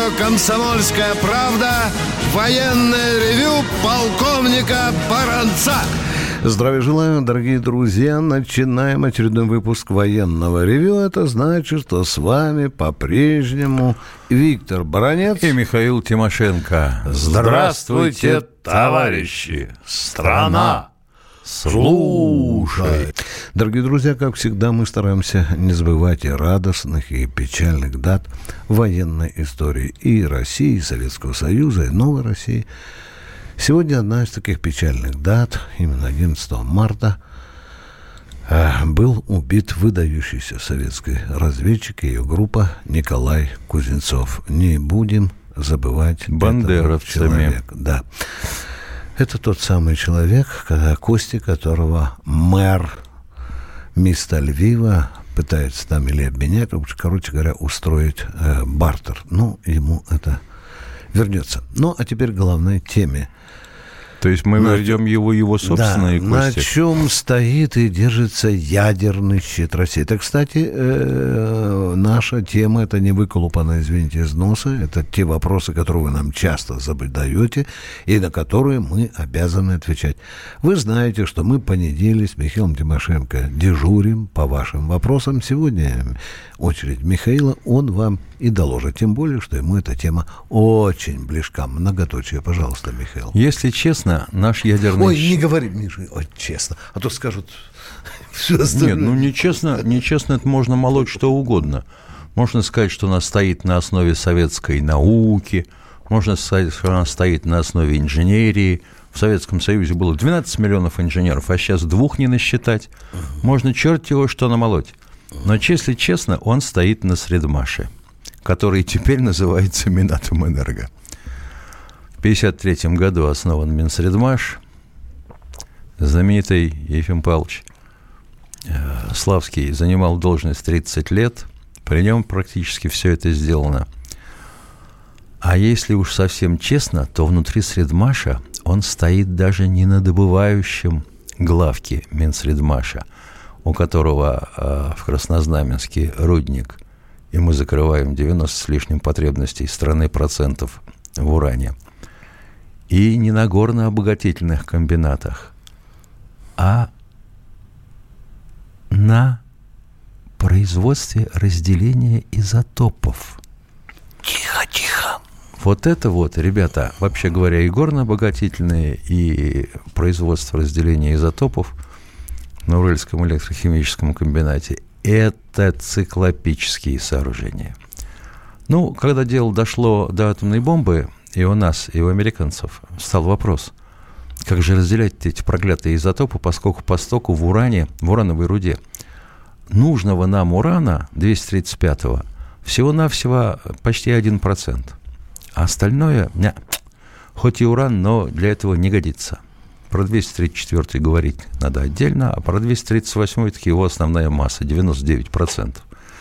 «Комсомольская правда». Военное ревю полковника Баранца. Здравия желаю, дорогие друзья. Начинаем очередной выпуск военного ревю. Это значит, что с вами по-прежнему Виктор Баранец и Михаил Тимошенко. Здравствуйте, товарищи! Страна! Слушай! Дорогие друзья, как всегда, мы стараемся не забывать и радостных, и печальных дат военной истории и России, и Советского Союза, и Новой России. Сегодня одна из таких печальных дат, именно 11 марта, был убит выдающийся советский разведчик и ее группа Николай Кузнецов. Не будем забывать бандеровцами. Человека. Да. Это тот самый человек, кости которого мэр места Львива пытается там или обменять, короче говоря, устроить бартер. Ну, ему это вернется. Ну, а теперь к главной теме. То есть мы вернем его собственные кости? На чем стоит и держится ядерный щит России. Это, кстати, наша тема, это не выколупанная, извините, из носа, это те вопросы, которые вы нам часто задаете и на которые мы обязаны отвечать. Вы знаете, что мы по неделе с Михаилом Тимошенко дежурим по вашим вопросам. Сегодня очередь Михаила, он вам и доложит. Тем более, что ему эта тема очень близка. Многоточие, пожалуйста, Михаил. Если честно, наш ядерный... Ой, не говори, Миша, ой, честно. А то скажут все остальное. Нет, ну нечестно это можно молоть что угодно. Можно сказать, что она стоит на основе советской науки, можно сказать, что она стоит на основе инженерии. В Советском Союзе было 12 миллионов инженеров, а сейчас 2 не насчитать. Можно черт его что намолоть. Но, если честно, он стоит на средмаше, который теперь называется Минатомэнерго. В 1953 году основан Минсредмаш. Знаменитый Ефим Павлович Славский занимал должность 30 лет. При нем практически все это сделано. А если уж совсем честно, то внутри Средмаша он стоит даже не на добывающем главке Минсредмаша, у которого в Краснознаменске рудник, и мы закрываем 90 с лишним потребностей страны процентов в уране, и не на горно-обогатительных комбинатах, а на производстве разделения изотопов. Тихо. Вот это вот, ребята, вообще говоря, и горно-обогатительные, и производство разделения изотопов на Уральском электрохимическом комбинате – это циклопические сооружения. Ну, когда дело дошло до атомной бомбы, и у нас, и у американцев, стал вопрос, как же разделять эти проклятые изотопы по скоку по стоку в уране, в урановой руде. Нужного нам урана, 235-го, всего-навсего почти 1%. А остальное, хоть и уран, но для этого не годится. Про 234 говорить надо отдельно, а про 238 таки его основная масса, 99%.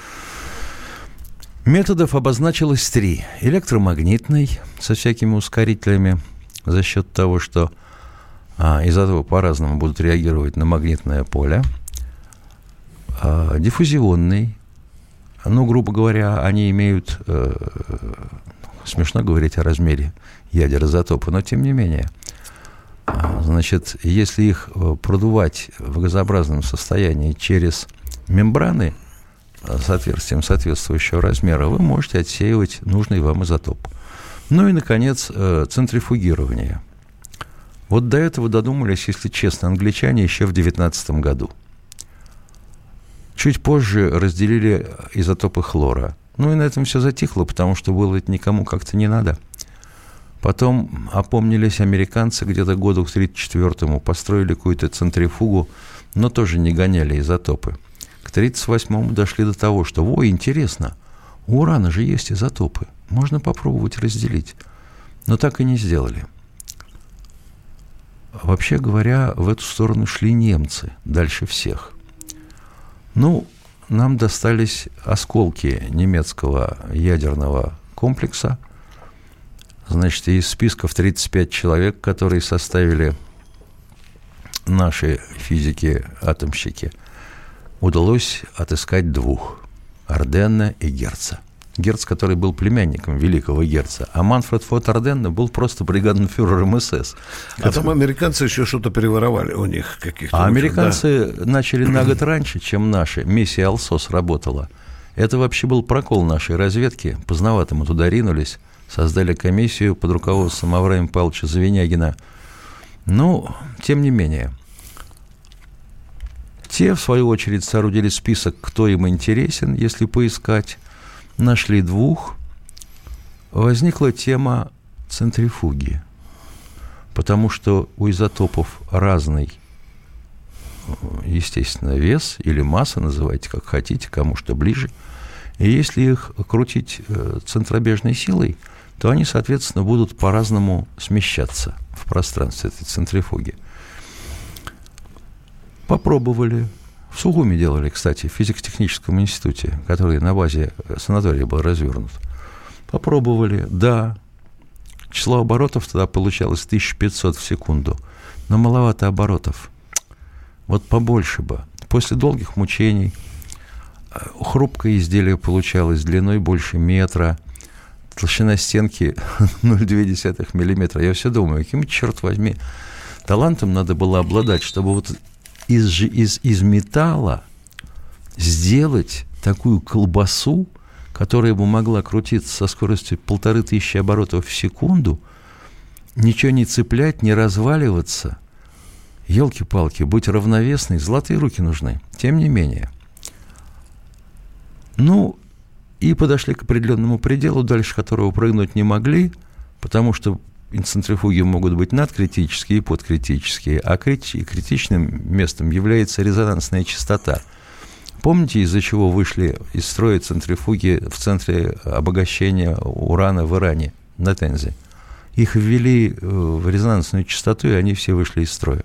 Методов обозначилось 3. Электромагнитный, со всякими ускорителями, за счет того, что изотопы по-разному будут реагировать на магнитное поле. Диффузионный, ну, грубо говоря, они имеют, смешно говорить о размере ядер изотопа, но тем не менее. Значит, если их продувать в газообразном состоянии через мембраны с отверстием соответствующего размера, вы можете отсеивать нужный вам изотоп. Ну и, наконец, центрифугирование. Вот до этого додумались, если честно, англичане еще в 19 году. Чуть позже разделили изотопы хлора. Ну и на этом все затихло, потому что было это никому как-то не надо. Потом опомнились американцы где-то году к 1934-му, построили какую-то центрифугу, но тоже не гоняли изотопы. К 1938-му дошли до того, что, интересно, у урана же есть изотопы, можно попробовать разделить. Но так и не сделали. Вообще говоря, в эту сторону шли немцы дальше всех. Ну, нам достались осколки немецкого ядерного комплекса. Значит, из списков 35 человек, которые составили наши физики-атомщики, удалось отыскать 2 – Арденна и Герца. Герц, который был племянником великого Герца, а Манфред фон Арденне был просто бригаденфюрером СС. А там американцы еще что-то переворовали у них каких-то. А американцы начали на год раньше, чем наши. Миссия «Алсос» работала. Это вообще был прокол нашей разведки. Поздновато мы туда ринулись, создали комиссию под руководством Авраама Павловича Завинягина. Но, тем не менее, те, в свою очередь, соорудили список, кто им интересен, если поискать. Нашли двух. Возникла тема центрифуги. Потому что у изотопов разный, естественно, вес или масса, называйте как хотите, кому что ближе. И если их крутить центробежной силой, то они, соответственно, будут по-разному смещаться в пространстве этой центрифуги. Попробовали. В Сугуме делали, кстати, в физико-техническом институте, который на базе санатория был развернут. Попробовали, да. Число оборотов тогда получалось 1500 в секунду. Но маловато оборотов. Вот побольше бы. После долгих мучений хрупкое изделие получалось длиной больше метра. Толщина стенки 0,2 миллиметра. Я все думаю, каким, черт возьми, талантом надо было обладать, чтобы вот из металла сделать такую колбасу, которая бы могла крутиться со скоростью 1500 оборотов в секунду, ничего не цеплять, не разваливаться. Елки-палки, быть равновесной, золотые руки нужны. Тем не менее. Ну, и подошли к определенному пределу, дальше которого прыгнуть не могли, потому что центрифуги могут быть надкритические и подкритические, а критичным местом является резонансная частота. Помните, из-за чего вышли из строя центрифуги в центре обогащения урана в Иране, на Тензе? Их ввели в резонансную частоту, и они все вышли из строя.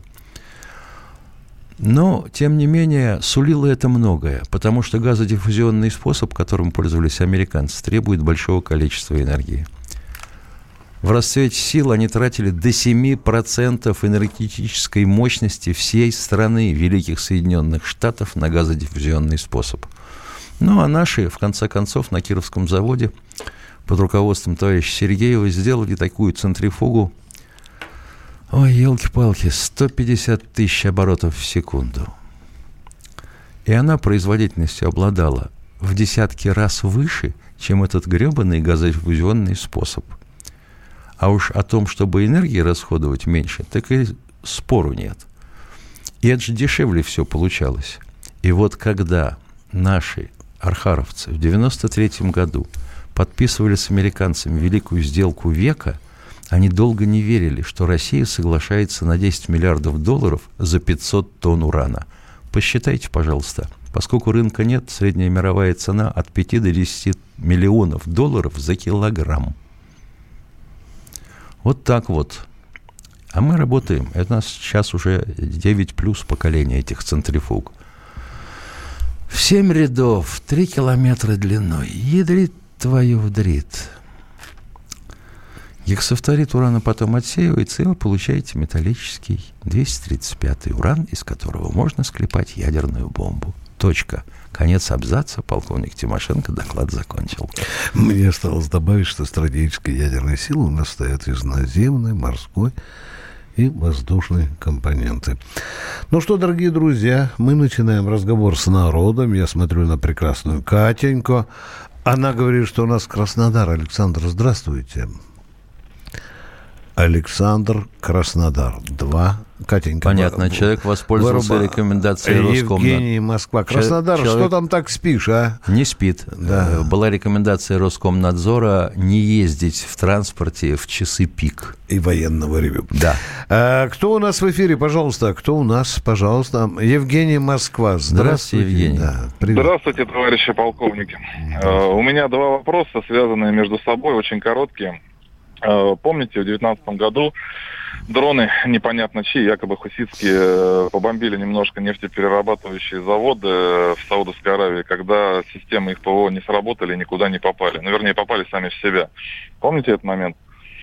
Но, тем не менее, сулило это многое, потому что газодиффузионный способ, которым пользовались американцы, требует большого количества энергии. В расцвете сил они тратили до 7% энергетической мощности всей страны Великих Соединенных Штатов на газодиффузионный способ. Ну, а наши, в конце концов, на Кировском заводе под руководством товарища Сергеева сделали такую центрифугу. Ой, елки-палки, 150 тысяч оборотов в секунду. И она производительностью обладала в десятки раз выше, чем этот гребаный газодиффузионный способ. А уж о том, чтобы энергии расходовать меньше, так и спору нет. И это же дешевле все получалось. И вот когда наши архаровцы в 1993 году подписывали с американцами великую сделку века, они долго не верили, что Россия соглашается на 10 миллиардов долларов за 500 тонн урана. Посчитайте, пожалуйста, поскольку рынка нет, средняя мировая цена от 5 до 10 миллионов долларов за килограмм. Вот так вот. А мы работаем. Это у нас сейчас уже 9 плюс поколение этих центрифуг. В 7 рядов, 3 километра длиной. Ядрит твою вдрит. Гексафторид урана потом отсеивается, и вы получаете металлический 235-й уран, из которого можно склепать ядерную бомбу. Точка. Конец абзаца. Полковник Тимошенко доклад закончил. Мне осталось добавить, что стратегические ядерные силы у нас стоят из наземной, морской и воздушной компоненты. Ну что, дорогие друзья, мы начинаем разговор с народом. Я смотрю на прекрасную Катеньку. Она говорит, что у нас Краснодар. Александр, здравствуйте. Александр, Краснодар. 2. Катенька. Понятно, человек воспользовался рекомендацией Роскомнадзора. Евгений, Москва. Краснодар, что там так спишь, а? Не спит. Да. Была рекомендация Роскомнадзора не ездить в транспорте в часы пик. И военного ревю. Да. Кто у нас в эфире, пожалуйста? Кто у нас, пожалуйста? Евгений, Москва. Здравствуйте, Евгений. Да, привет. Здравствуйте, товарищи полковники. У меня 2 вопроса, связанные между собой, очень короткие. Помните, в 2019 году дроны, непонятно чьи, якобы хуситские, побомбили немножко нефтеперерабатывающие заводы в Саудовской Аравии, когда системы их ПВО не сработали, никуда не попали. Ну, вернее, попали сами в себя. Помните этот момент?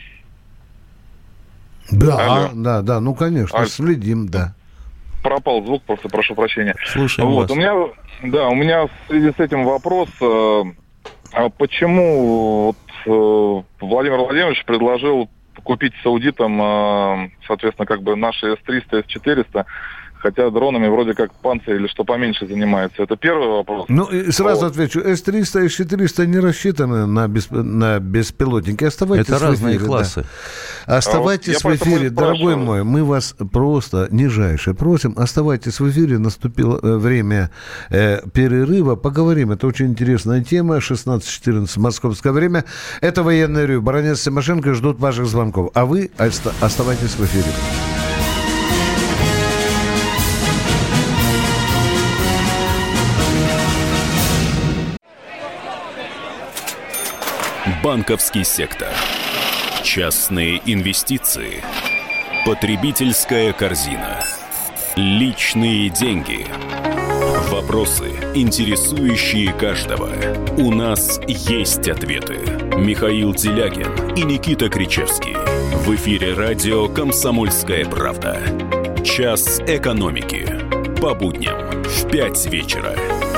Да, да, ну, конечно, следим, да. Пропал звук, прошу прощения. Слушаем вас. У меня в связи с этим вопрос. почему Владимир Владимирович предложил купить саудитам, соответственно, как бы наши С-300, С-400, хотя дронами вроде как Панцирь или что поменьше занимается. Это первый вопрос. Ну, и сразу отвечу. С-300 и С-400 не рассчитаны на беспилотники. Оставайтесь это в эфире. разные классы. Да. Оставайтесь в эфире, дорогой мой. Мы вас просто нижайше просим. Оставайтесь в эфире. Наступило время перерыва. Поговорим. Это очень интересная тема. 16:14 московское время. Это военное ревю. Баронец Тимошенко ждут ваших звонков. А вы оставайтесь в эфире. Банковский сектор. Частные инвестиции. Потребительская корзина. Личные деньги. Вопросы, интересующие каждого. У нас есть ответы. Михаил Делягин и Никита Кричевский. В эфире радио «Комсомольская правда». Час экономики. По будням в 5 вечера.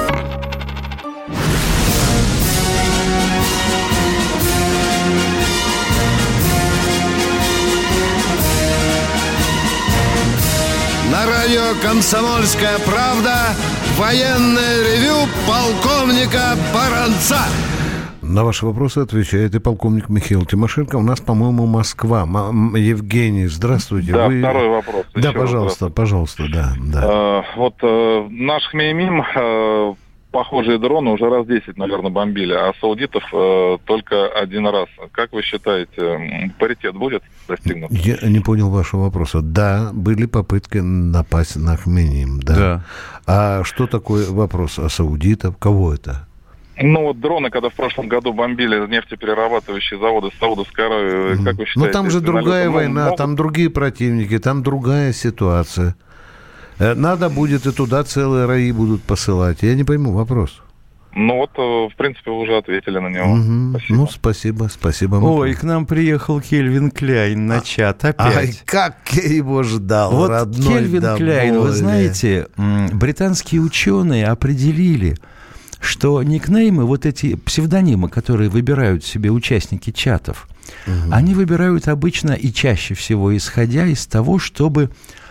На радио «Комсомольская правда» военное ревю полковника Баранца. На ваши вопросы отвечает и полковник Михаил Тимошенко. У нас, по-моему, Москва. Евгений, здравствуйте. Да, второй вопрос. Да, пожалуйста, да. Наш Хмеймим, похожие дроны уже раз 10, наверное, бомбили, а саудитов только один раз. Как вы считаете, паритет будет достигнут? Я не понял вашего вопроса. Да, были попытки напасть на Хмеймим, да. А что такое вопрос о саудитах? Кого это? Дроны, когда в прошлом году бомбили нефтеперерабатывающие заводы Саудовской Аравии, как вы считаете? Там же другая война, там другие противники, там другая ситуация. Надо будет, и туда целые раи будут посылать. Я не пойму вопрос. В принципе, вы уже ответили на него. Спасибо. Спасибо. Ой, к нам приехал Кельвин Кляйн на чат опять. Ай, как я его ждал, родной. Кельвин Кляйн, вы знаете, британские ученые определили, что никнеймы, вот эти псевдонимы, которые выбирают себе участники чатов, они выбирают обычно и чаще всего исходя из того, чтобы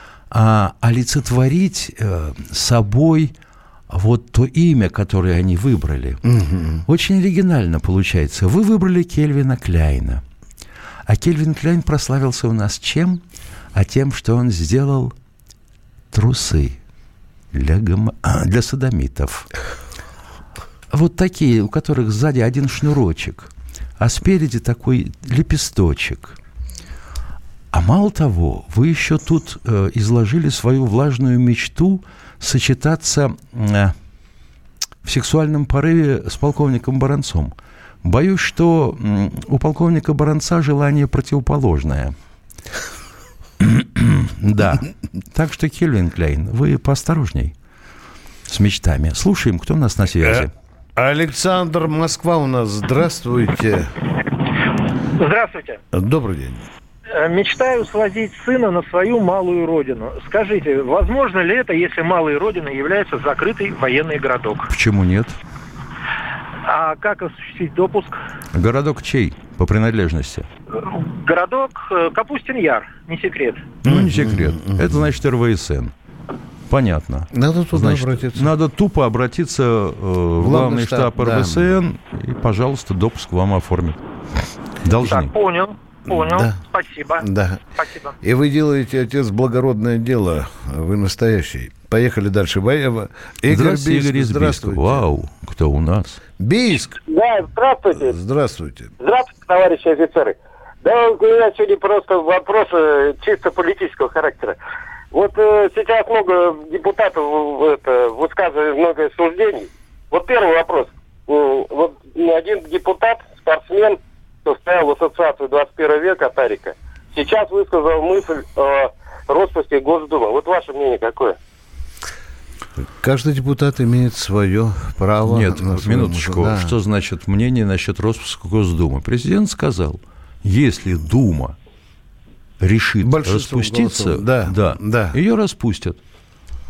олицетворить собой вот то имя, которое они выбрали. Очень оригинально получается. Вы выбрали Кельвина Кляйна. А Кельвин Кляйн прославился у нас чем? Тем, что он сделал трусы для содомитов. Вот такие, у которых сзади один шнурочек, а спереди такой лепесточек. А мало того, вы еще тут изложили свою влажную мечту сочетаться в сексуальном порыве с полковником Баранцом. Боюсь, что у полковника Баранца желание противоположное. Да. Так что, Кельвин Кляйн, вы поосторожней с мечтами. Слушаем, кто у нас на связи. Александр, Москва у нас. Здравствуйте. Здравствуйте. Добрый день. Мечтаю свозить сына на свою малую родину. Скажите, возможно ли это, если малой родиной является закрытый военный городок? Почему нет? А как осуществить допуск? Городок чей по принадлежности? Городок Капустин-Яр, не секрет. Не секрет. Это значит РВСН. Понятно. Надо туда обратиться. Надо тупо обратиться в главный штаб РВСН, и, пожалуйста, допуск вам оформят. Должны. Так, понял. Да. Спасибо. Да. Спасибо. И вы делаете, отец, благородное дело. Вы настоящий. Поехали дальше. Игорь Бийск, здравствуйте. Вау, кто у нас? Бийск. Да, здравствуйте. Здравствуйте. Здравствуйте, товарищи офицеры. Да, у меня сегодня просто вопрос чисто политического характера. Вот сейчас много депутатов высказывают много суждений. Вот первый вопрос. Вот один депутат, спортсмен, состоял в ассоциации 21 века Атарика, сейчас высказал мысль о распуске Госдумы. Вот ваше мнение какое? Каждый депутат имеет свое право. Нет, минуточку. Да. Что значит мнение насчет распуска Госдумы? Президент сказал, если Дума решит распуститься, да, ее распустят.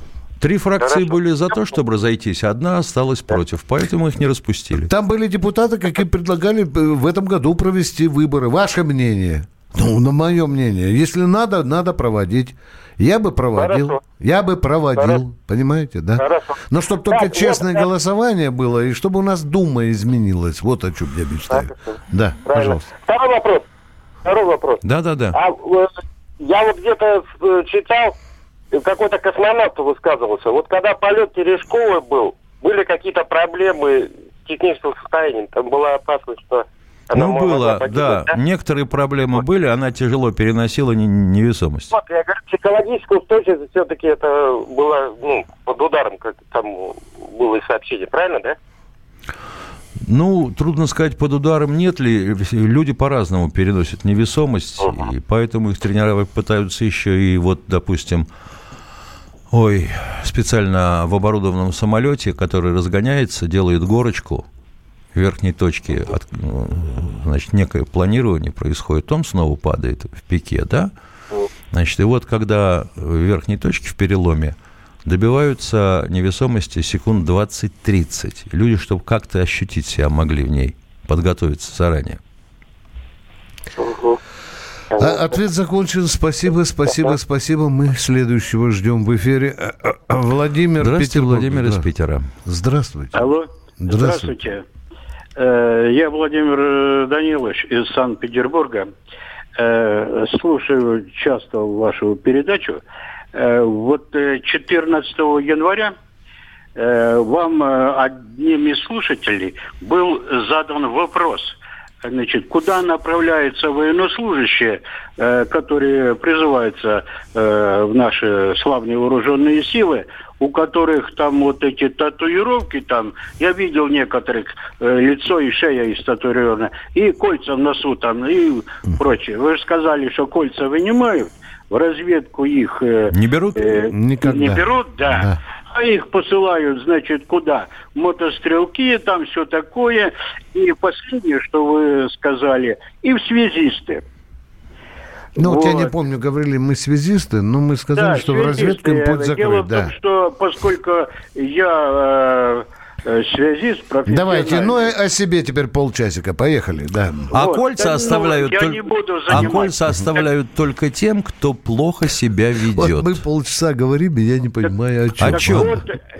3 фракции были за то, чтобы разойтись, одна осталась против, поэтому их не распустили. Там были депутаты, какие предлагали в этом году провести выборы. Ваше мнение? Ну, на мое мнение. Если надо, надо проводить. Я бы проводил. Хорошо. Понимаете, да? Хорошо. Но чтобы только честное голосование было, и чтобы у нас Дума изменилась. Вот о чем я мечтаю. Хорошо. Да, Правильно. пожалуйста. Второй вопрос. Да. Я вот где-то читал, какой-то космонавт высказывался. Вот когда полет Терешковой был, были какие-то проблемы с техническим состоянием. Там была опасность, что она было, да. Некоторые проблемы были, она тяжело переносила невесомость. Вот, я говорю, психологическая устойчивость все-таки это было, под ударом, как там было и сообщение, правильно, да? Трудно сказать, под ударом нет ли. Люди по-разному переносят невесомость, и поэтому их тренировать пытаются еще и допустим, специально в оборудованном самолете, который разгоняется, делает горочку в верхней точке, значит, некое планирование происходит, он снова падает в пике, да? Значит, и вот когда в верхней точке в переломе добиваются невесомости секунд 20-30. Люди, чтобы как-то ощутить себя, могли в ней подготовиться заранее. Ответ закончен. Спасибо. Мы следующего ждем в эфире. Владимир, здравствуйте, Петербург. Владимир из Питера. Здравствуйте. Алло. Здравствуйте. Я Владимир Данилович из Санкт-Петербурга. Слушаю часто вашу передачу. Вот 14 января вам одним из слушателей был задан вопрос, значит, куда направляются военнослужащие, которые призываются в наши славные вооруженные силы, у которых там вот эти татуировки, там, я видел некоторых, лицо и шея истатуировано, и кольца в носу там, и прочее. Вы же сказали, что кольца вынимают, в разведку их не берут? Никогда. Не берут, да. А их посылают, значит, куда? Мотострелки, там все такое. И последнее, что вы сказали, и в связисты. Вот. Я не помню, говорили мы связисты, но мы сказали, что в разведку им путь закрыт. Дело в том, что поскольку я связист профессиональный... Давайте, о себе теперь полчасика. Поехали, да. А кольца оставляют кольца оставляют только тем, кто плохо себя ведет. Вот мы полчаса говорим, и я не понимаю, о чем.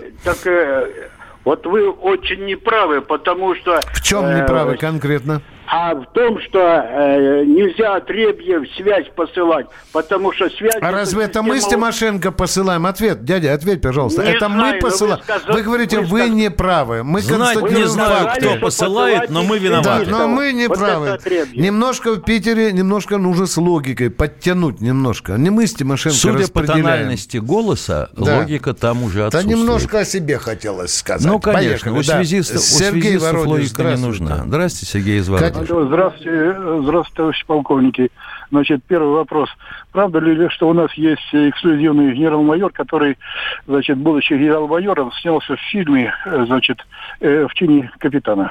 Вот вы очень неправы, потому что... В чем неправы конкретно? А в том, что нельзя отребье в связь посылать, потому что связь... А разве это мы с Тимошенко посылаем? Дядя, ответь, пожалуйста. Это мы посылаем? Вы говорите, вы не правы. Мы не знаю, кто посылает, но мы виноваты. Да, но мы не правы. Немножко в Питере, нужно с логикой подтянуть немножко. Не мы с Тимошенко судя по тональности голоса, логика там уже отсутствует. Да немножко о себе хотелось сказать. Ну, конечно, у связистов логика не нужна. Здравствуйте, Сергей из Воронежа. Здравствуйте, товарищи полковники. Значит, первый вопрос. Правда ли, что у нас есть эксклюзивный генерал-майор, который, значит, будучи генерал-майором, снялся в фильме, значит, в чине капитана?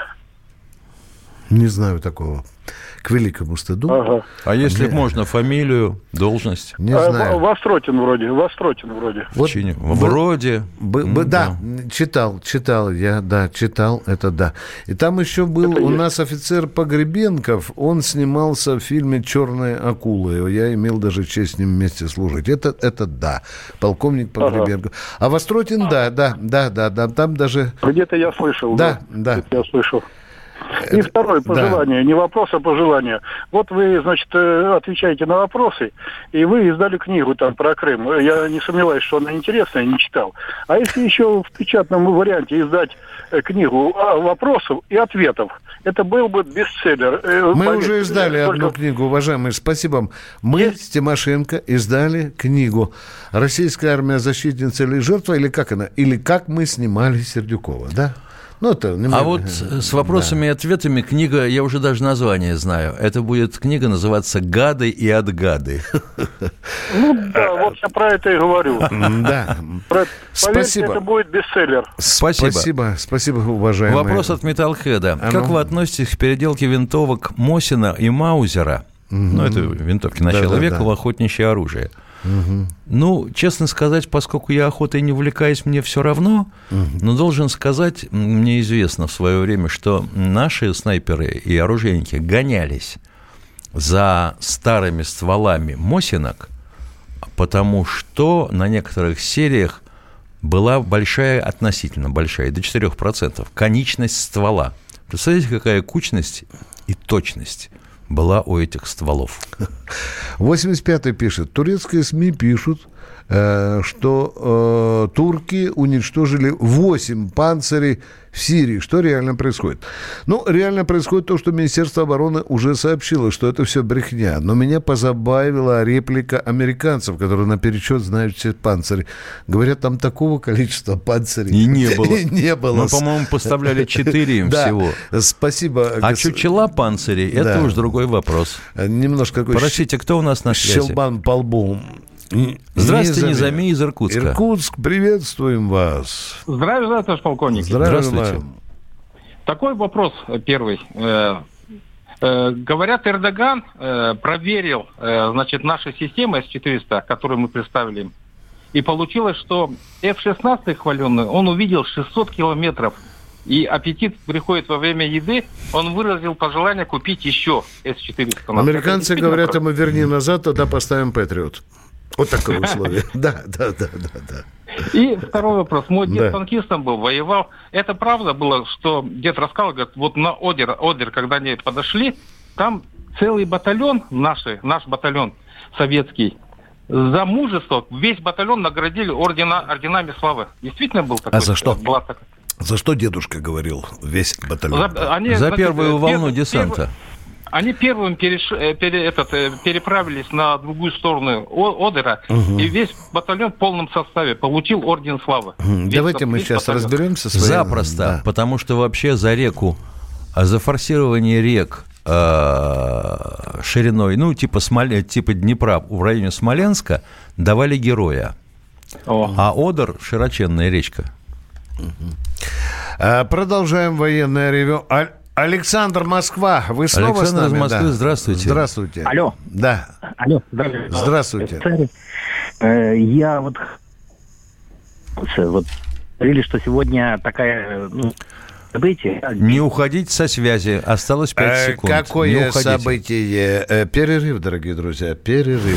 Не знаю такого. К великому стыду. Ага. А если можно фамилию, должность? Не знаю. Востротин вроде. Вот вроде. Да, читал это, да. И там еще был у нас офицер Погребенков, он снимался в фильме «Черные акулы». Я имел даже честь с ним вместе служить. Это да, полковник Погребенков. А Востротин, да, там даже... Где-то я слышал. Да. Я слышал. И второе пожелание, не вопрос, а пожелание. Вот вы, значит, отвечаете на вопросы, и вы издали книгу там про Крым. Я не сомневаюсь, что она интересная, не читал. А если еще в печатном варианте издать книгу вопросов и ответов, это был бы бестселлер. Мы уже издали одну книгу, уважаемые, спасибо вам. Мы с Тимошенко издали книгу «Российская армия. Защитница или жертва», или как она? Или «Как мы снимали Сердюкова», да? Вот с вопросами и ответами книга, я уже даже название знаю. Это будет книга называться «Гады и отгады». Вот я про это и говорю. Да. Спасибо. Это будет бестселлер. Спасибо, уважаемые. Вопрос от Металлхеда. Как вы относитесь к переделке винтовок Мосина и Маузера? Это винтовки начала века в охотничье оружие. Ну, честно сказать, поскольку я охотой не увлекаюсь, мне все равно, но должен сказать, мне известно в свое время, что наши снайперы и оружейники гонялись за старыми стволами Мосинок, потому что на некоторых сериях была относительно большая, до 4%, конечность ствола. Представляете, какая кучность и точность была у этих стволов. 85-й пишет. Турецкие СМИ пишут, что турки уничтожили 8 панцирей в Сирии. Что реально происходит? Ну, реально происходит то, что Министерство обороны уже сообщило, что это все брехня. Но меня позабавила реплика американцев, которые наперечет знают все панцири. Говорят, там такого количества панцирей и не было. Не было. Мы, по-моему, поставляли 4 им всего. Спасибо. А чучела панцирей, это уж другой вопрос. Немножко какой... Простите, кто у нас на связи? Щелбан по лбу. Здравствуйте, Низами из Иркутска. Иркутск, приветствуем вас. Здравия, товарищ полковник. Здравствуйте. Такой вопрос первый. Говорят, Эрдоган проверил, значит, наши системы С-400, которые мы представили, и получилось, что F-16 хваленный, он увидел 600 километров, и аппетит приходит во время еды, он выразил пожелание купить еще С-400. Американцы говорят ему, верни назад, тогда поставим Патриот. Вот такое условие. Да. И второй вопрос. Мой дед танкистом был, воевал. Это правда было, что дед рассказал, говорит, вот на Одер, когда они подошли, там целый батальон, наш батальон советский, за мужество весь батальон наградили орденами славы. Действительно был такой? А за что? За что дедушка говорил весь батальон? За первую волну десанта. Они первым переправились на другую сторону Одера, и весь батальон в полном составе получил орден славы. Давайте мы сейчас разберемся с вами. Запросто, потому что вообще за реку, за форсирование рек шириной, ну, типа Днепра в районе Смоленска давали героя. А Одер – широченная речка. Продолжаем военное ревю. Александр, Москва, вы снова Александр с нами? Из Москвы, здравствуйте. Здравствуйте. Алло. Да. Алло. Здравствуйте. Я вот говорили, что сегодня такая, событие. Не уходите со связи, осталось 5 секунд. Какое событие? Перерыв, дорогие друзья, перерыв.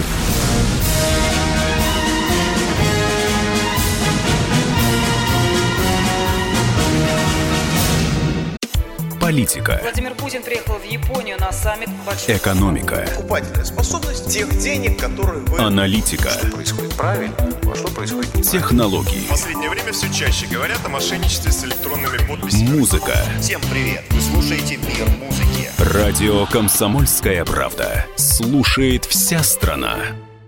Политика. Владимир Путин приехал в Японию на саммит большой... Экономика. Покупательная способность тех денег, которые вы... Аналитика. Что происходит правильно, а что происходит неправильно. Технологии. В последнее время все чаще говорят о мошенничестве с электронными подписями. Музыка. Всем привет. Вы слушаете «Мир музыки». Радио «Комсомольская правда». Слушает вся страна.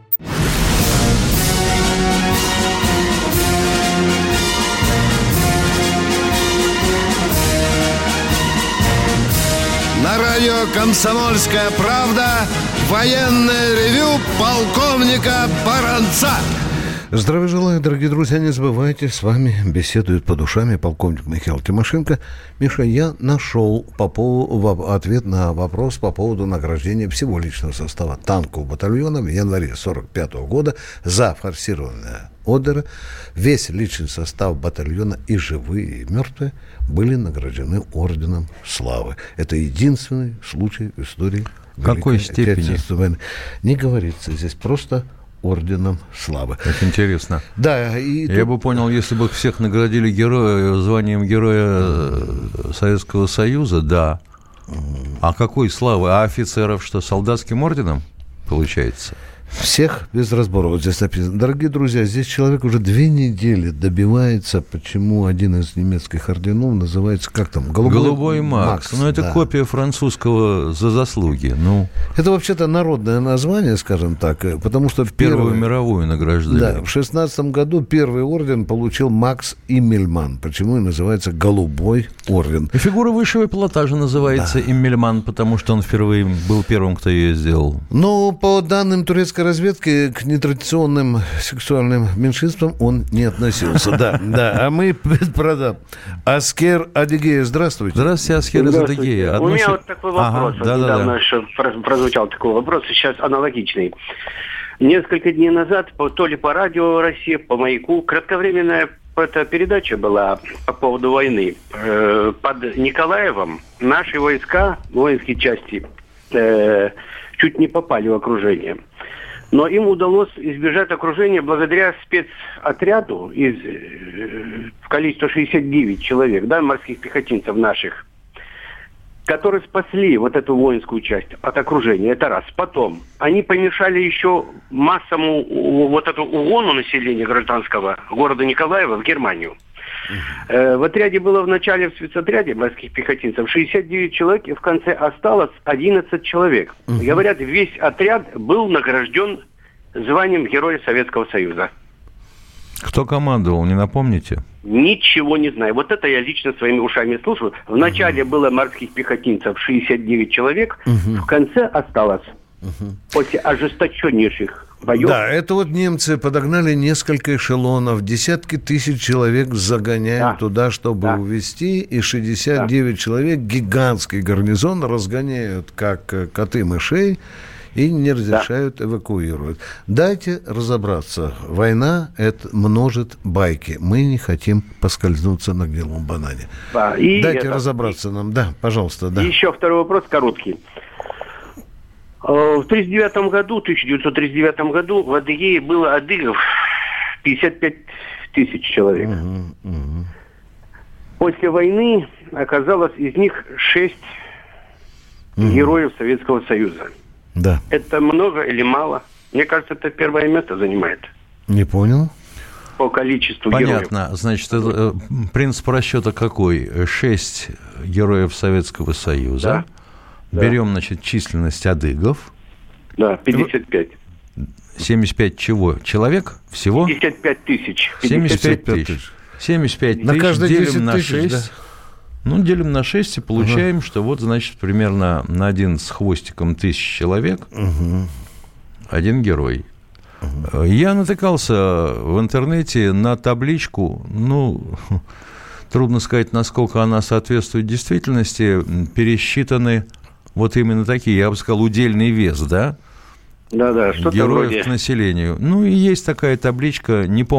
На радио «Комсомольская правда» военное ревю полковника Баранца. Здравия желаю, дорогие друзья, не забывайте, с вами беседует по душам полковник Михаил Тимошенко. Миша, я нашел ответ на вопрос по поводу награждения всего личного состава танкового батальона в январе 1945 года за форсированное Одера. Весь личный состав батальона, и живые, и мертвые, были награждены орденом славы. Это единственный случай в истории в какой степени? Не говорится, здесь просто орденом славы. Это интересно. Да, я бы понял, если бы всех наградили званием Героя Советского Союза, да. А какой славы? А офицеров что, солдатским орденом, получается? Всех без разбора. Вот здесь написано. Дорогие друзья, здесь человек уже 2 недели добивается, почему один из немецких орденов называется, как там? Голубой Макс. Ну, это копия французского за заслуги. Ну. Это вообще-то народное название, скажем так, потому что в Первую мировую награждали. Да, в 16 году первый орден получил Макс Иммельман. Почему и называется Голубой орден. И фигура высшего пилотажа называется Иммельман, потому что он впервые был первым, кто ее сделал. Ну, по данным турецкой разведки, к нетрадиционным сексуальным меньшинствам он не относился. Да. А мы продам. Аскер Адыгея, здравствуйте. Здравствуйте, Аскер из Адыгея. У меня вот такой вопрос. Недавно еще прозвучал такой вопрос, сейчас аналогичный. Несколько дней назад, то ли по радио России, по «Маяку», кратковременная эта передача была по поводу войны. Под Николаевом наши войска, воинские части, чуть не попали в окружение. Но им удалось избежать окружения благодаря спецотряду в количестве 69 человек, да, морских пехотинцев наших, которые спасли вот эту воинскую часть от окружения. Это раз. Потом они помешали еще массовому вот эту угону населения гражданского города Николаева в Германию. В отряде было в начале, в спецотряде морских пехотинцев 69 человек, и в конце осталось 11 человек. Говорят, весь отряд был награжден званием Героя Советского Союза. Кто командовал, не напомните? Ничего не знаю. Вот это я лично своими ушами слушаю. В начале было морских пехотинцев 69 человек, в конце осталось после ожесточеннейших боев. Да, это вот немцы подогнали несколько эшелонов, десятки тысяч человек загоняют туда, чтобы увезти, и 69 человек, гигантский гарнизон, разгоняют, как коты мышей, и не разрешают эвакуировать. Дайте разобраться. Война это множит байки. Мы не хотим поскользнуться на гнилом банане. Дайте разобраться нам. Да, пожалуйста. Да. И еще второй вопрос короткий. В 1939 году в Адыгее было адыгов 55 тысяч человек. После войны оказалось из них 6 героев Советского Союза. Да. Это много или мало? Мне кажется, это первое место занимает. Не понял. По количеству Понятно. героев. Значит, это, принцип расчета какой? 6 героев Советского Союза. Да. Берем, значит, численность адыгов. Да, 55. 75 чего? Человек всего? 55 тысяч. 75 тысяч. 75 на тысяч делим на 10 6. Да. Ну, делим на 6 и получаем, что вот, значит, примерно на 1 с хвостиком тысяч человек один герой. Я натыкался в интернете на табличку, ну, трудно сказать, насколько она соответствует действительности, пересчитаны вот именно такие, я бы сказал, удельный вес, да? Да, что-то героев вроде. К населению. Ну, и есть такая табличка, не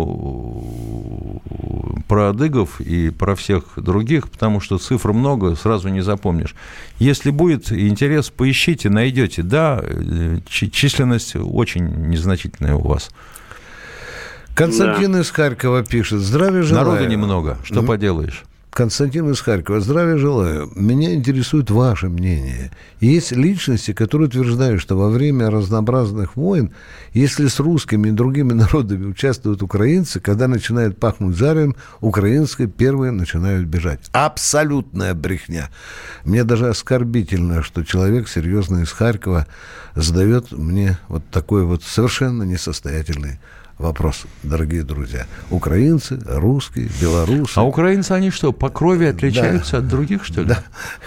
помню про адыгов и про всех других, потому что цифр много, сразу не запомнишь. Если будет интерес, поищите, найдете. Да, численность очень незначительная у вас. Константин из Харькова пишет. Здравия желаю. Народу немного, что поделаешь. Константин из Харькова. Здравия желаю. Меня интересует ваше мнение. Есть личности, которые утверждают, что во время разнообразных войн, если с русскими и другими народами участвуют украинцы, когда начинает пахнуть жареным, украинцы первые начинают бежать. Абсолютная брехня. Мне даже оскорбительно, что человек серьезно из Харькова задает мне вот такой вот совершенно несостоятельный вопрос, дорогие друзья. Украинцы, русские, белорусы. А украинцы, они что, по крови отличаются от других, что ли? Да.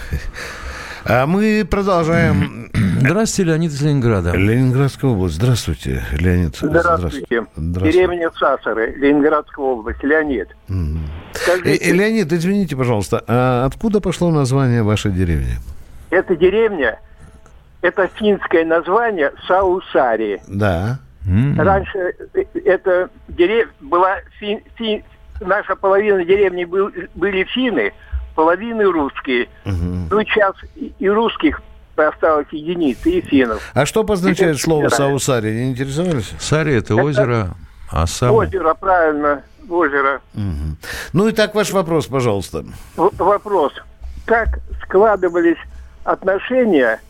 А мы продолжаем. Здравствуйте, Леонид из Ленинграда. Ленинградская область. Здравствуйте, Леонид. Здравствуйте. Деревня Сасары, Ленинградская область. Леонид. Леонид, извините, пожалуйста, а откуда пошло название вашей деревни? Эта деревня, это финское название Саусари. Да. Раньше эта деревня была наша половина деревни были финны, половины русские. Ну, сейчас и русских осталось единицы, и финнов. А что обозначает слово Саусари? Не интересовались? Сари – это озеро, а сам... Озеро, правильно, озеро. Ну, и так ваш вопрос, пожалуйста. Вопрос. Как складывались отношения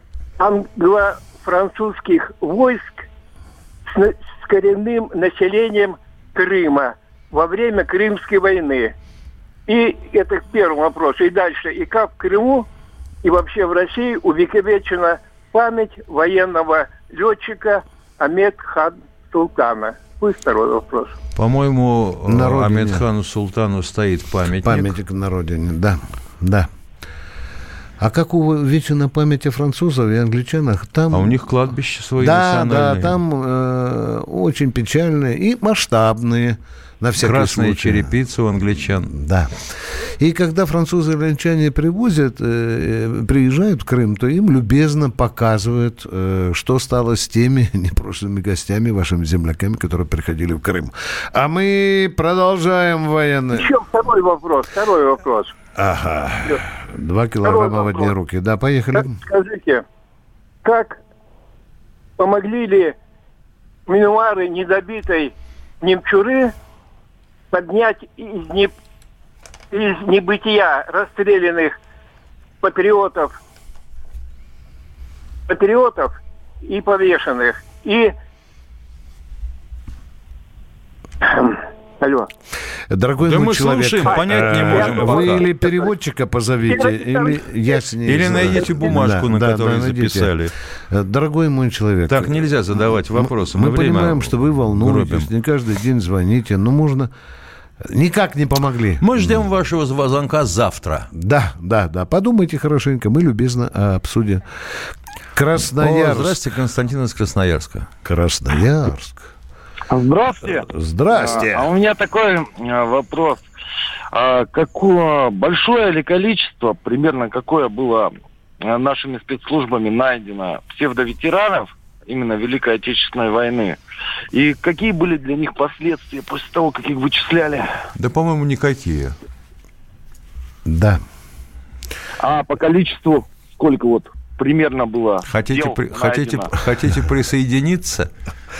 англо-французских войск с коренным населением Крыма во время Крымской войны? И это первый вопрос. И дальше. И как в Крыму и вообще в России увековечена память военного летчика Ахмед-хана Султана? Пусть второй вопрос. По-моему, Ахмед-хану Султану стоит памятник. Памятник на родине, да. Да. А как увечена память о французах и англичанах, там... А у них кладбища свои национальные. Да, там очень печальные и масштабные, на всякий Красная случай. черепица у англичан. Да. И когда французы и англичане приезжают в Крым, то им любезно показывают, что стало с теми непрошенными гостями, вашими земляками, которые приходили в Крым. А мы продолжаем военный... Еще второй вопрос. Ага. 2 килограмма в одни руки. Да, поехали. Скажите, как помогли ли мемуары недобитой немчуры поднять из небытия расстрелянных патриотов и повешенных? И... Алло. Дорогой мой человек, слушаем, понять не можем. Вы или переводчика позовите, или яснее. Или найдите бумажку, на которой записали. Дорогой мой человек. Так нельзя задавать вопросы. Мы понимаем, что вы волнуетесь, не каждый день звоните, но можно... Никак не помогли. Мы ждем вашего звонка завтра. Да. Подумайте хорошенько, мы любезно обсудим. Красноярск. Здравствуйте, Константин из Красноярска. Красноярск. Здравствуйте. Здрасте. А у меня такой вопрос. Какое большое ли количество, примерно какое было нашими спецслужбами найдено псевдоветеранов именно Великой Отечественной войны? И какие были для них последствия после того, как их вычисляли? Да, по-моему, никакие. Да. А по количеству сколько вот примерно было? Хотите присоединиться?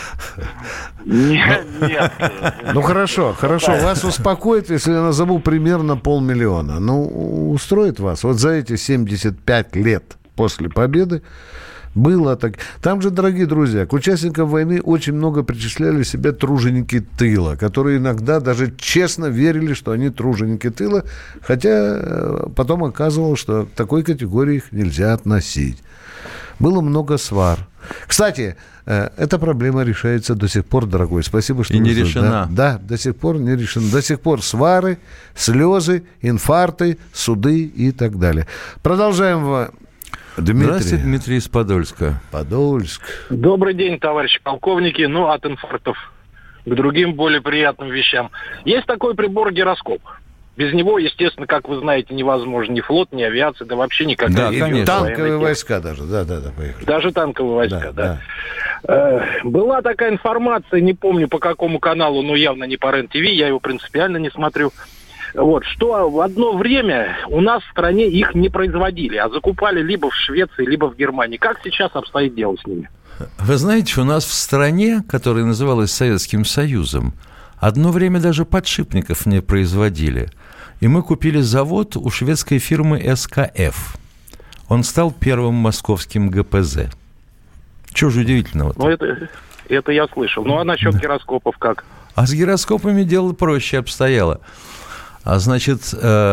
Нет. Ну, хорошо. Вас успокоит, если я назову примерно 500 000. Ну, устроит вас? Вот за эти 75 лет после победы было так. Там же, дорогие друзья, к участникам войны очень много причисляли себя труженики тыла, которые иногда даже честно верили, что они труженики тыла, хотя потом оказывалось, что к такой категории их нельзя относить. Было много свар. Кстати, эта проблема решается до сих пор, дорогой. Спасибо, что и не решена. Да, до сих пор не решена. До сих пор свары, слезы, инфаркты, суды и так далее. Продолжаем. Дмитрий. Здравствуйте, Дмитрий из Подольска. Подольск. Добрый день, товарищи полковники. От инфарктов к другим более приятным вещам. Есть такой прибор гироскоп. Без него, естественно, как вы знаете, невозможно ни флот, ни авиация, да вообще никакая. Да, конечно. Танковые войска даже. Да, поехали. Даже танковые войска, да. Была такая информация, не помню по какому каналу, но явно не по РЕН-ТВ, я его принципиально не смотрю. Что в одно время у нас в стране их не производили, а закупали либо в Швеции, либо в Германии. Как сейчас обстоит дело с ними? Вы знаете, у нас в стране, которая называлась Советским Союзом, одно время даже подшипников не производили. И мы купили завод у шведской фирмы СКФ. Он стал первым московским ГПЗ. Чего же удивительного? Это я слышал. А насчет гироскопов как? А с гироскопами дело проще обстояло. А значит,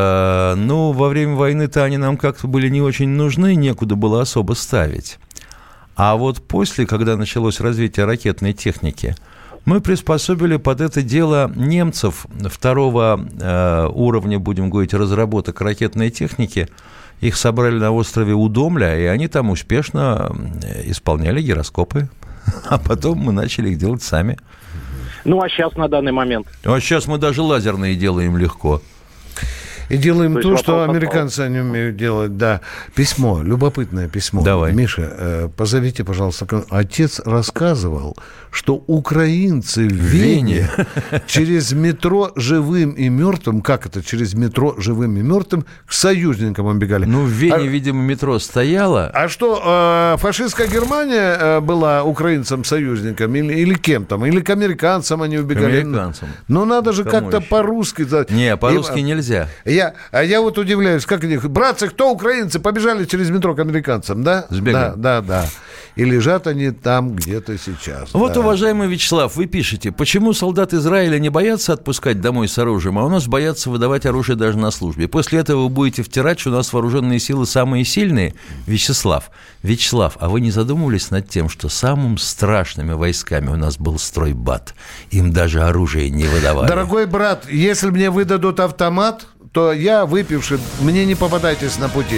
во время войны-то они нам как-то были не очень нужны, некуда было особо ставить. А вот после, когда началось развитие ракетной техники, мы приспособили под это дело немцев второго уровня, будем говорить, разработок ракетной техники. Их собрали на острове Удомля, и они там успешно исполняли гироскопы. А потом мы начали их делать сами. А сейчас на данный момент? А сейчас мы даже лазерные делаем легко. И делаем то, что американцы не умеют делать. Да. Письмо, любопытное письмо. Давай. Миша, позовите, пожалуйста. Отец рассказывал, что украинцы в Вене через метро живым и мертвым, как это, через метро живым и мертвым, к союзникам убегали. В Вене, видимо, метро стояло. А что, фашистская Германия была украинцам-союзником или кем там? Или к американцам они убегали? К американцам. Надо же как-то по-русски. Не, по-русски нельзя. Я вот удивляюсь, как они... Братцы, кто украинцы? Побежали через метро к американцам, да? Сбегали. Да. И лежат они там где-то сейчас. Уважаемый Вячеслав, вы пишете, почему солдат Израиля не боятся отпускать домой с оружием, а у нас боятся выдавать оружие даже на службе. После этого вы будете втирать, что у нас вооруженные силы самые сильные. Вячеслав, а вы не задумывались над тем, что самым страшными войсками у нас был стройбат? Им даже оружие не выдавали. Дорогой брат, если мне выдадут автомат, то я выпивший. Мне не попадайтесь на пути.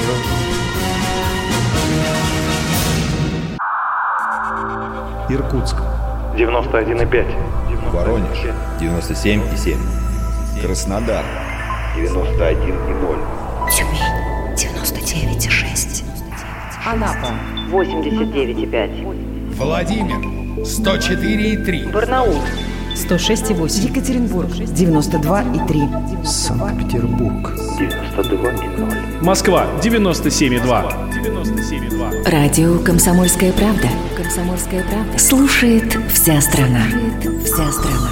Иркутск 91,5. Воронеж 97,7. Краснодар 91,0. Тюмень 99,6. Анапа 89,5. Владимир 104,3. Барнаул 106,8. Екатеринбург 92,3. Санкт-Петербург 92,0. Москва 97,2. Радио «Комсомольская правда». «Комсомольская правда». Слушает вся страна. Вся страна.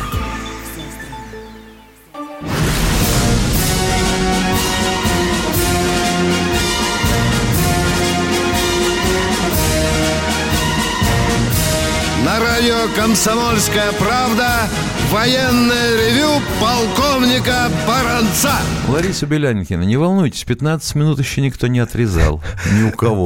На радио «Комсомольская правда» военное ревю полковника Баранца. Лариса Белянкина, не волнуйтесь, 15 минут еще никто не отрезал. Ни у кого.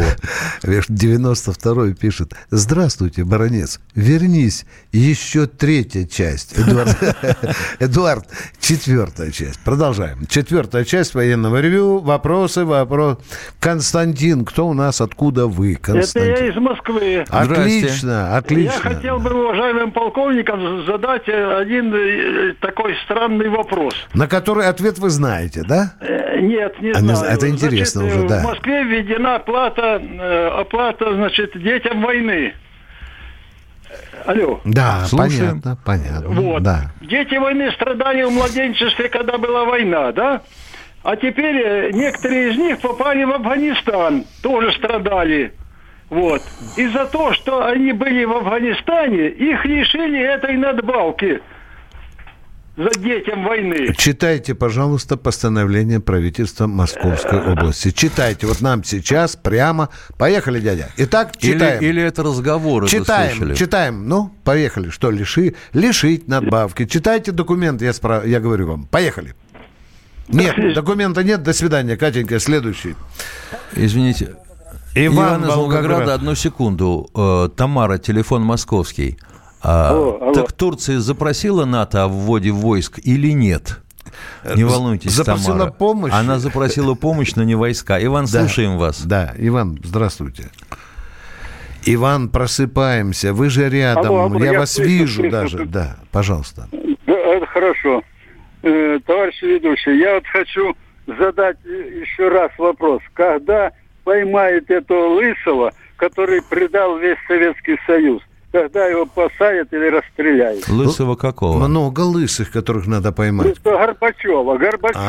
92-й пишет: здравствуйте, баронец, вернись, еще 3-я часть. Эдуард, 4-я часть. Продолжаем. 4-я часть военного ревю. Вопросы. Константин, кто у нас, откуда вы? Константин. Это я из Москвы. Отлично. Я хотел бы уважаемым полковникам задать один такой странный вопрос. На который ответ вы знаете, да? Нет, не знаю. Это интересно уже, да. В Москве введена оплата, детям войны. Алло. Да, слушаем. Понятно. Вот. Да. Дети войны страдали в младенчестве, когда была война, да? А теперь некоторые из них попали в Афганистан, тоже страдали. Вот. Из-за того, что они были в Афганистане, их лишили этой надбавки за детям войны. Читайте, пожалуйста, постановление правительства Московской области. Читайте. Вот нам сейчас прямо. Поехали, дядя. Итак, читаем. Или это разговоры. Читаем. Ну, поехали. Что, лишить надбавки. Читайте документ, я говорю вам. Поехали. Нет, документа нет. До свидания, Катенька. Следующий. Извините. Иван из Волгограда, одну секунду. Тамара, телефон московский. Так Турция запросила НАТО о вводе войск или нет? Не волнуйтесь, запросила Тамара. Помощь. Она запросила помощь, но не войска. Иван, слушаем вас. Да, Иван, здравствуйте. Иван, просыпаемся. Вы же рядом. Я вас вижу даже. Да, пожалуйста. Да, это хорошо. Товарищ ведущий, я вот хочу задать еще раз вопрос. Когда поймают этого Лысого, который предал весь Советский Союз? Когда его посадят или расстреляют? Лысого какого? Много лысых, которых надо поймать. Горбачева.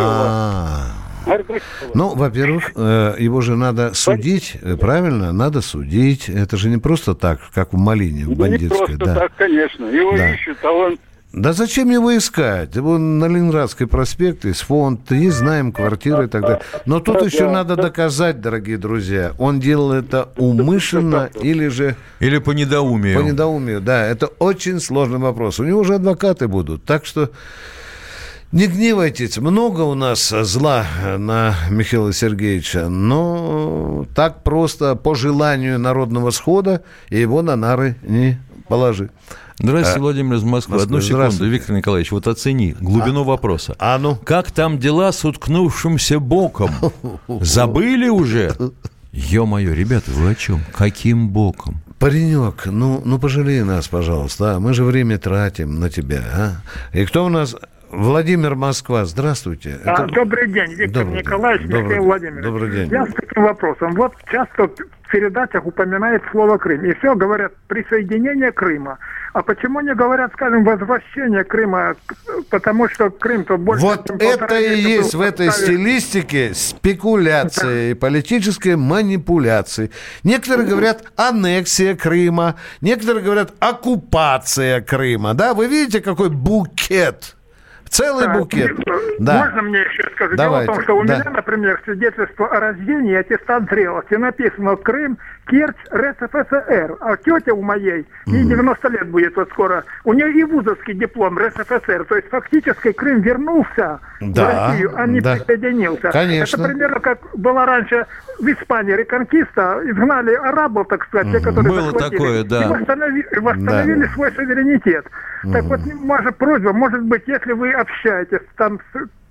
Ну, во-первых, его же надо судить, правильно? Надо судить. Это же не просто так, как в Малине, в бандитской. Не просто так, конечно. Его ищут, а он... Да зачем его искать? Его на Ленинградской проспекте есть фонд, есть, знаем, квартиры и так далее. Но тут еще надо доказать, дорогие друзья, он делал это умышленно или же... Или по недоумию. По недоумию, да. Это очень сложный вопрос. У него же адвокаты будут. Так что не гневайтесь. Много у нас зла на Михаила Сергеевича, но так просто по желанию народного схода его на нары не положи. Здравствуйте, Владимир из Москвы. Одну секунду, Виктор Николаевич, вот оцени глубину вопроса. Как там дела с уткнувшимся боком? Забыли уже? Ё-моё, ребята, вы о чем? Каким боком? Паренек, ну пожалей нас, пожалуйста. Мы же время тратим на тебя. И кто у нас... Владимир, Москва, здравствуйте. Добрый день, Виктор Николаевич, Михаил Владимирович. Добрый день. Я с таким вопросом. Вот часто в передачах упоминает слово Крым. И все говорят присоединение Крыма. А почему не говорят, скажем, возвращение Крыма? Потому что Крым-то больше... Вот это и есть в этой стилистике спекуляции, политической манипуляции. Некоторые говорят аннексия Крыма, некоторые говорят оккупация Крыма. Да, вы видите, какой букет? Целый букет. Да. Можно мне еще сказать? Дело в том, что у меня, например, свидетельство о рождении, аттестат зрелости, написано Крым, Керчь, РСФСР. А тетя у моей, ей 90 лет будет вот скоро, у нее и вузовский диплом РСФСР. То есть фактически Крым вернулся в Россию, а не присоединился. Конечно. Это примерно как была раньше в Испании реконкиста, изгнали арабов, так сказать, те, которые было такое, да. И восстановили свой суверенитет. Так вот, может, просьба, может быть, если вы общаетесь там с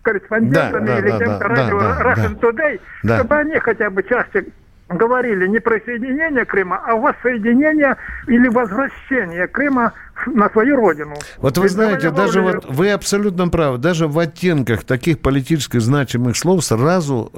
корреспондентами или кем-то радио Russian Today, чтобы они хотя бы чаще говорили не про соединение Крыма, а воссоединение или возвращение Крыма на свою родину. Вот вы знаете, даже вот вы абсолютно правы, даже в оттенках таких политически значимых слов сразу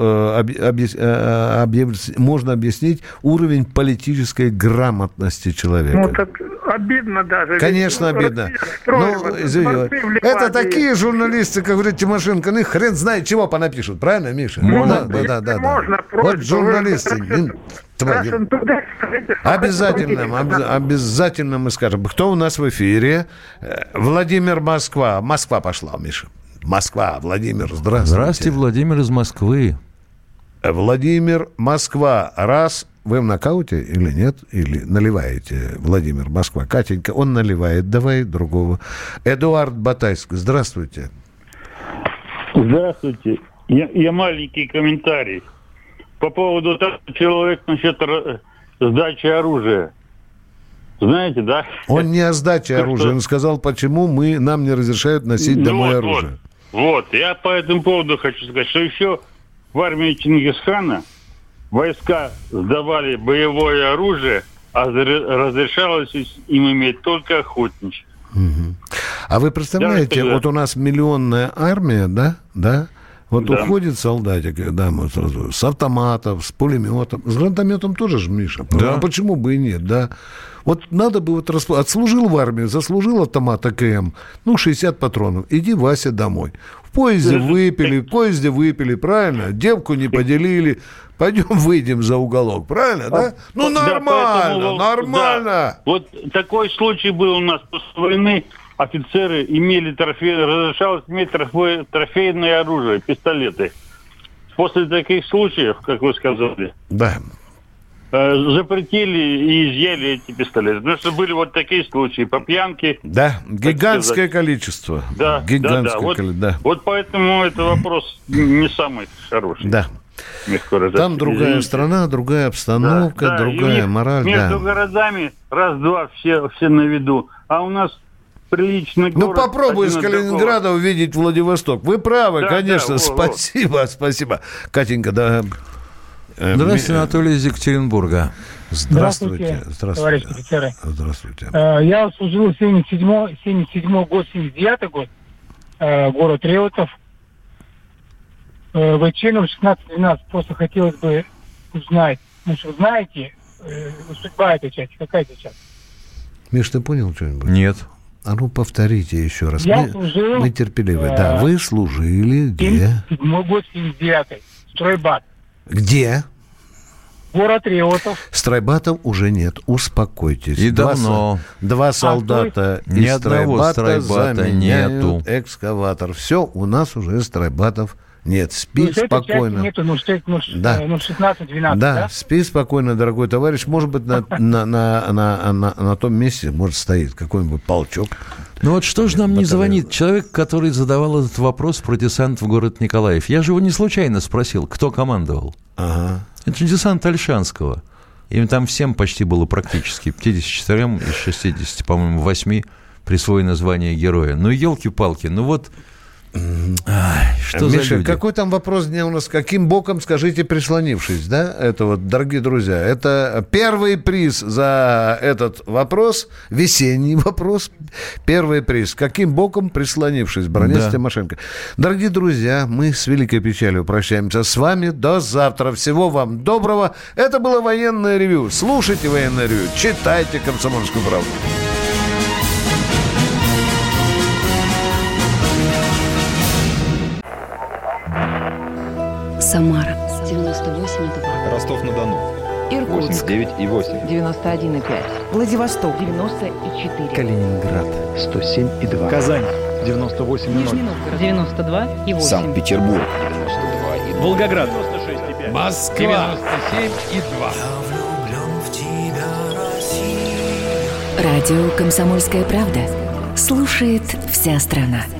можно объяснить уровень политической грамотности человека. Ну так обидно даже. Конечно, обидно. Ну, извините, это такие журналисты, как говорит Тимошенко, ну хрен знает чего понапишут, правильно, Миша? Да. Можно, вот журналисты. Обязательно мы скажем. Кто у нас в эфире? Владимир, Москва. Москва пошла, Миша. Москва, Владимир, здравствуйте. Здравствуйте, Владимир из Москвы. Владимир, Москва. Раз, вы в нокауте или нет? Или наливаете, Владимир, Москва. Катенька, он наливает. Давай другого. Эдуард, Батайск. Здравствуйте. Здравствуйте. Я маленький комментарий. По поводу того, человек насчет сдачи оружия. Знаете, да? Он не о сдаче оружия. Он сказал, почему нам не разрешают носить домой оружие. Вот. Я по этому поводу хочу сказать, что еще в армии Чингисхана войска сдавали боевое оружие, а разрешалось им иметь только охотничье. Угу. А вы представляете, вот у нас миллионная армия, да? Вот уходит солдатик, мы сразу, с автоматом, с пулеметом, с гранатометом тоже же, Миша. Да. А почему бы и нет, да? Вот надо бы отслужил в армию, заслужил автомат АКМ, 60 патронов, иди, Вася, домой. В поезде выпили, правильно? Девку не поделили, пойдем выйдем за уголок, правильно, да? Нормально. Да. Вот такой случай был у нас после войны. Офицеры имели разрешалось иметь трофейное оружие, пистолеты. После таких случаев, как вы сказали, запретили и изъяли эти пистолеты. Потому что были вот такие случаи по пьянке. Да, гигантское количество. Да. Вот поэтому это вопрос не самый хороший. Да. Там другая страна, другая обстановка, другая мораль. Между городами раз-два все на виду. А у нас приличный город. Попробуй из Калининграда увидеть Владивосток. Вы правы, конечно. Спасибо. Катенька, да. Здравствуйте, Анатолий из Екатеринбурга. Здравствуйте. Товарищ офицеры. Здравствуйте. Я служил 77 год, 79 год. Город Реутов. Войчинов 16-12. Просто хотелось бы узнать. Вы знаете, судьба этой части, какая сейчас? Миш, ты понял что-нибудь? Нет. А повторите еще раз. Служил, мы терпеливы. Да, вы служили где? 7 год, 79-й. Стройбат. Где? Город Реутов. Стройбатов уже нет. Успокойтесь. И давно. Два солдата ни из одного стройбата нету. Экскаватор. Все, у нас уже стройбатов нет. Спи спокойно. Нету, 16-12, да, спи спокойно, дорогой товарищ. Может быть, на том месте, может, стоит какой-нибудь полчок. Ну вот что же нам не звонит человек, который задавал этот вопрос про десант в город Николаев? Я же его не случайно спросил, кто командовал. Ага. Это десант Ольшанского. Им там всем почти было практически, 54 из 60, по-моему, 8 присвоено звание героя. Ну, елки-палки, что Миша, за люди? Какой там вопрос дня у нас? Каким боком, скажите, прислонившись, да? Это вот, дорогие друзья, это первый приз за этот вопрос, весенний вопрос, первый приз. Каким боком прислонившись? Бронец Тимошенко. Дорогие друзья, мы с великой печалью прощаемся с вами. До завтра. Всего вам доброго. Это было военное ревю. Слушайте военное ревю. Читайте «Комсомольскую правду». Самара 98,2. Ростов-на-Дону. Иркутск 89,8. 91,5. Владивосток 94. Калининград 107,2. Казань 98,0. Нижний Новгород 92,8. Санкт-Петербург 92,2. Волгоград 96,5. Москва 97,2. Радио «Комсомольская правда» слушает вся страна.